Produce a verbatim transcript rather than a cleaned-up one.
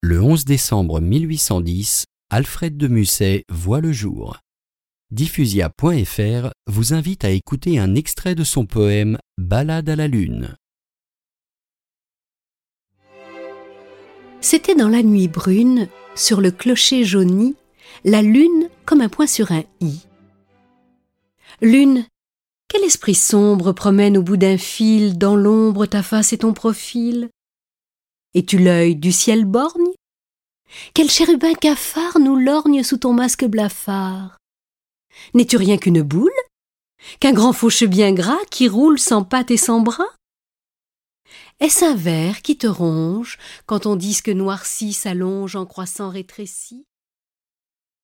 Le onze décembre mille huit cent dix, Alfred de Musset voit le jour. Diffusia point F R vous invite à écouter un extrait de son poème « Ballade à la lune ». C'était dans la nuit brune, sur le clocher jauni, la lune comme un point sur un i. Lune, quel esprit sombre promène au bout d'un fil dans l'ombre ta face et ton profil? Es-tu l'œil du ciel borgne? Quel chérubin cafard nous lorgne sous ton masque blafard? N'es-tu rien qu'une boule? Qu'un grand fauche bien gras qui roule sans pattes et sans bras? Est-ce un ver qui te ronge quand ton disque noirci s'allonge en croissant rétréci?